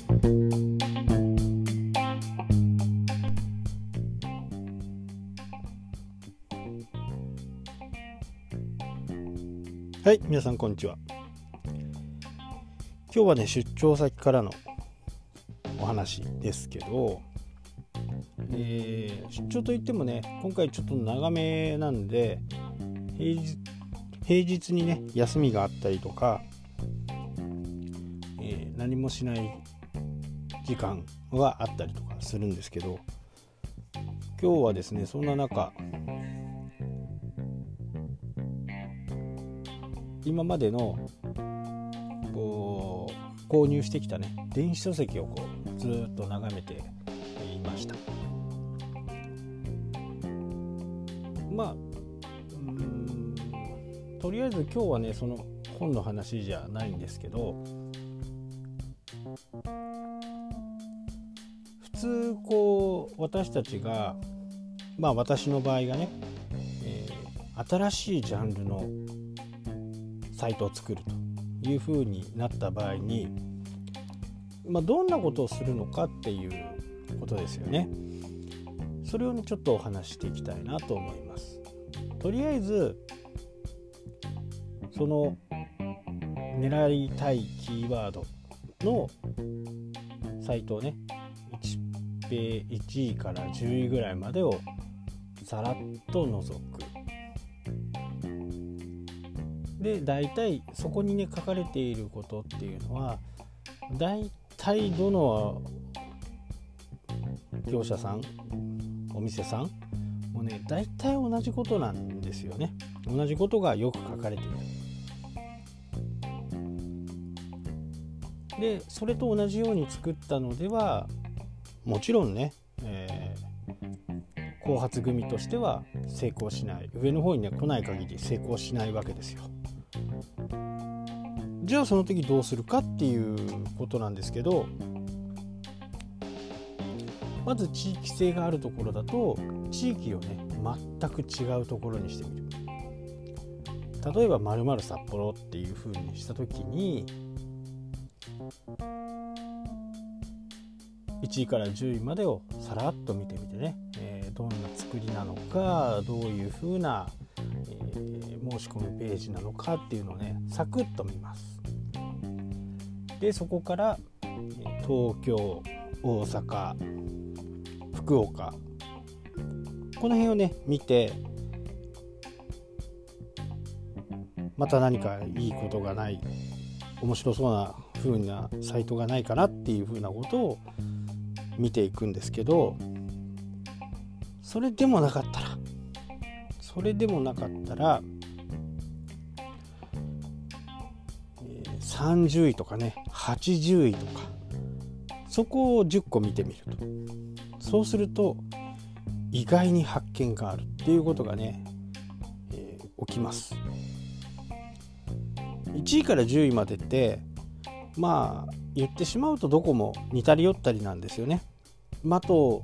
はい、皆さんこんにちは。今日はね、出張先からのお話ですけど、出張といってもね、今回ちょっと長めなんで、平日にね休みがあったりとか、何もしない時間はあったりとかするんですけど、今日はですね、そんな中、今までの購入してきたね電子書籍をずっと眺めていました。とりあえず今日はね、その本の話じゃないんですけど、普通私たちが、私の場合がね、新しいジャンルのサイトを作るという風になった場合に、どんなことをするのかっていうことですよね。それをねちょっとお話していきたいなと思います。とりあえずその狙いたいキーワードのサイトをね 1位から10位ぐらいまでをさらっと覗く。で、大体そこにね書かれていることっていうのは、大体どの業者さん、お店さんもね大体同じことなんですよね。同じことがよく書かれている。で、それと同じように作ったのではもちろんね、後発組としては成功しない、上の方にね来ない限り成功しないわけですよ。じゃあその時どうするかっていうことなんですけど、まず地域性があるところだと地域をね全く違うところにしてみる。例えば〇〇札幌っていう風にした時に、1位から10位までをさらっと見てみてね、どんな作りなのか、どういう風な、申し込みページなのかっていうのをねサクッと見ます。で、そこから東京、大阪、福岡、この辺をね見て、また何かいいことがない、面白そうな風なサイトがないかなっていう風なことを見ていくんですけど、それでもなかったら30位とかね80位とか、そこを10個見てみると、そうすると意外に発見があるっていうことがね、起きます。1位から10位までって言ってしまうとどこも似たり寄ったりなんですよね。あと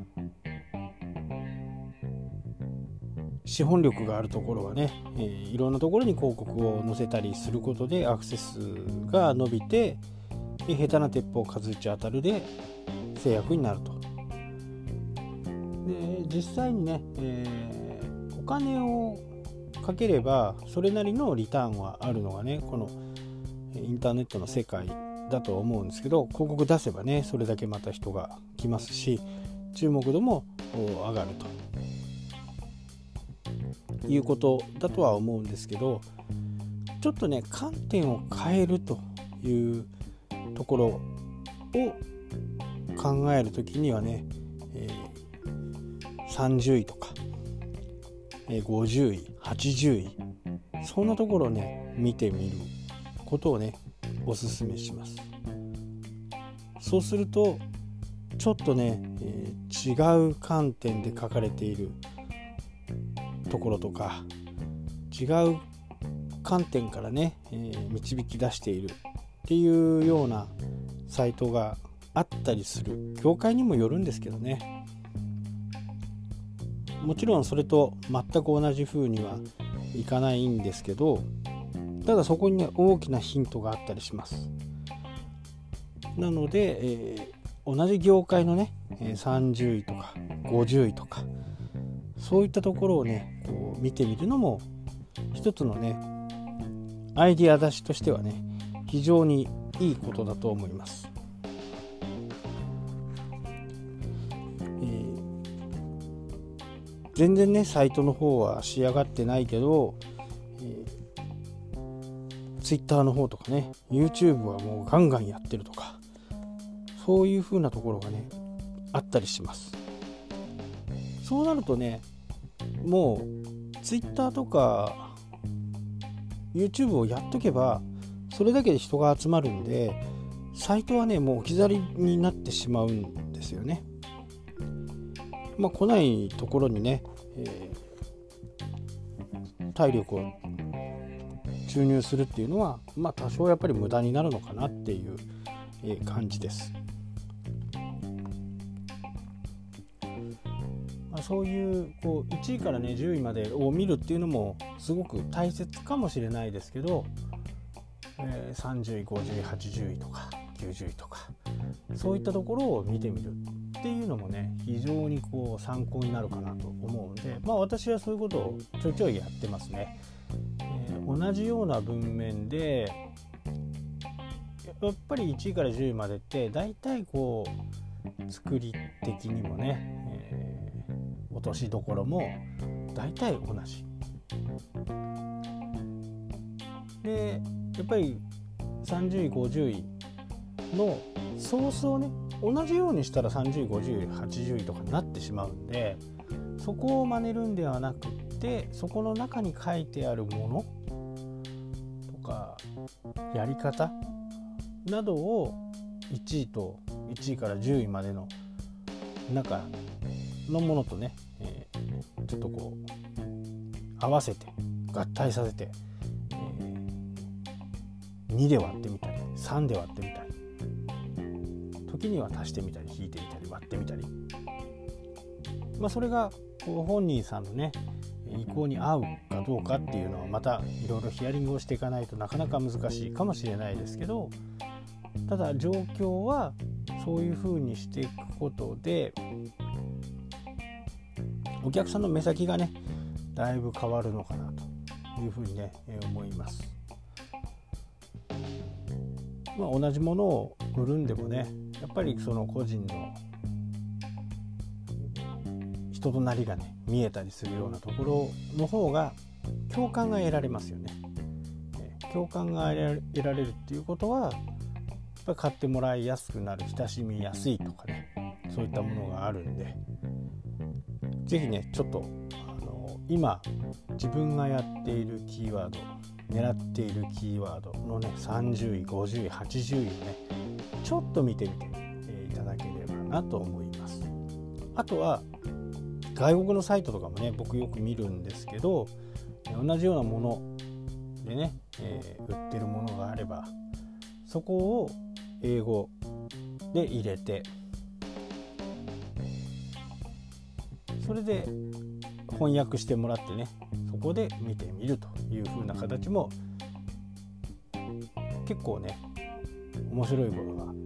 資本力があるところはね、いろんなところに広告を載せたりすることでアクセスが伸びて、下手な鉄砲数打ち当たるで制約になると。で、実際にね、お金をかければそれなりのリターンはあるのがね、このインターネットの世界だと思うんですけど、広告出せばねそれだけまた人が来ますし、注目度も上がるということだとは思うんですけど、ちょっとね観点を変えるというところを考えるときにはね、30位とか50位80位、そんなところをね見てみることをねおすすめします。そうするとちょっとね、違う観点で書かれているところとか、違う観点からね、導き出しているっていうようなサイトがあったりする。業界にもよるんですけどね、もちろんそれと全く同じ風にはいかないんですけど、ただそこにね大きなヒントがあったりします。 なので、同じ業界のね30位とか50位とかそういったところをねこう見てみるのも一つのねアイディア出しとしてはね非常にいいことだと思います。全然ねサイトの方は仕上がってないけど、Twitter の方とかね YouTube はもうガンガンやってるとかそういう風なところがねあったりします。そうなるとねもう Twitter とか YouTube をやっとけばそれだけで人が集まるんでサイトはねもう置き去りになってしまうんですよね。来ないところにね、体力を注入するっていうのは多少やっぱり無駄になるのかなっていう、感じです。そういう1位からね10位までを見るっていうのもすごく大切かもしれないですけど、30位50位80位とか90位とかそういったところを見てみるっていうのもね非常に参考になるかなと思うんで、私はそういうことをちょいちょいやってますね。同じような文面でやっぱり1位から10位までってだいたい作り的にもね、落としどころもだいたい同じで、やっぱり30位50位のソースをね同じようにしたら30位50位80位とかになってしまうんで、そこを真似るんではなくってそこの中に書いてあるものとかやり方などを1位から10位までの中のものとね、ちょっと合わせて合体させて、2で割ってみたり3で割ってみたり時には足してみたり引いてみたり割ってみたり、それが本人さんのね意向に合うかどうかっていうのはまたいろいろヒアリングをしていかないとなかなか難しいかもしれないですけど、ただ状況はそういう風にしていくことでお客さんの目先がねだいぶ変わるのかなというふうにね思います。同じものを売るんでもねやっぱりその個人の人となりがね見えたりするようなところの方が共感が得られますよね。共感が得られるっていうことはやっぱり買ってもらいやすくなる、親しみやすいとかねそういったものがあるんで、ぜひねちょっと今自分がやっているキーワード狙っているキーワードのね30位50位80位をねちょっと見てみていただければなと思います。あとは外国のサイトとかもね僕よく見るんですけど、同じようなものでね、売ってるものがあればそこを英語で入れてそれで翻訳してもらってねそこで見てみるという風な形も結構ね面白いことが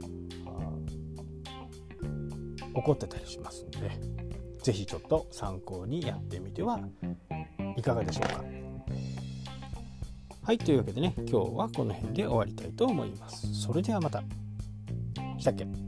起こってたりしますので、ぜひちょっと参考にやってみてはいかがでしょうか。はい、というわけでね今日はこの辺で終わりたいと思います。それではまた。したっけ。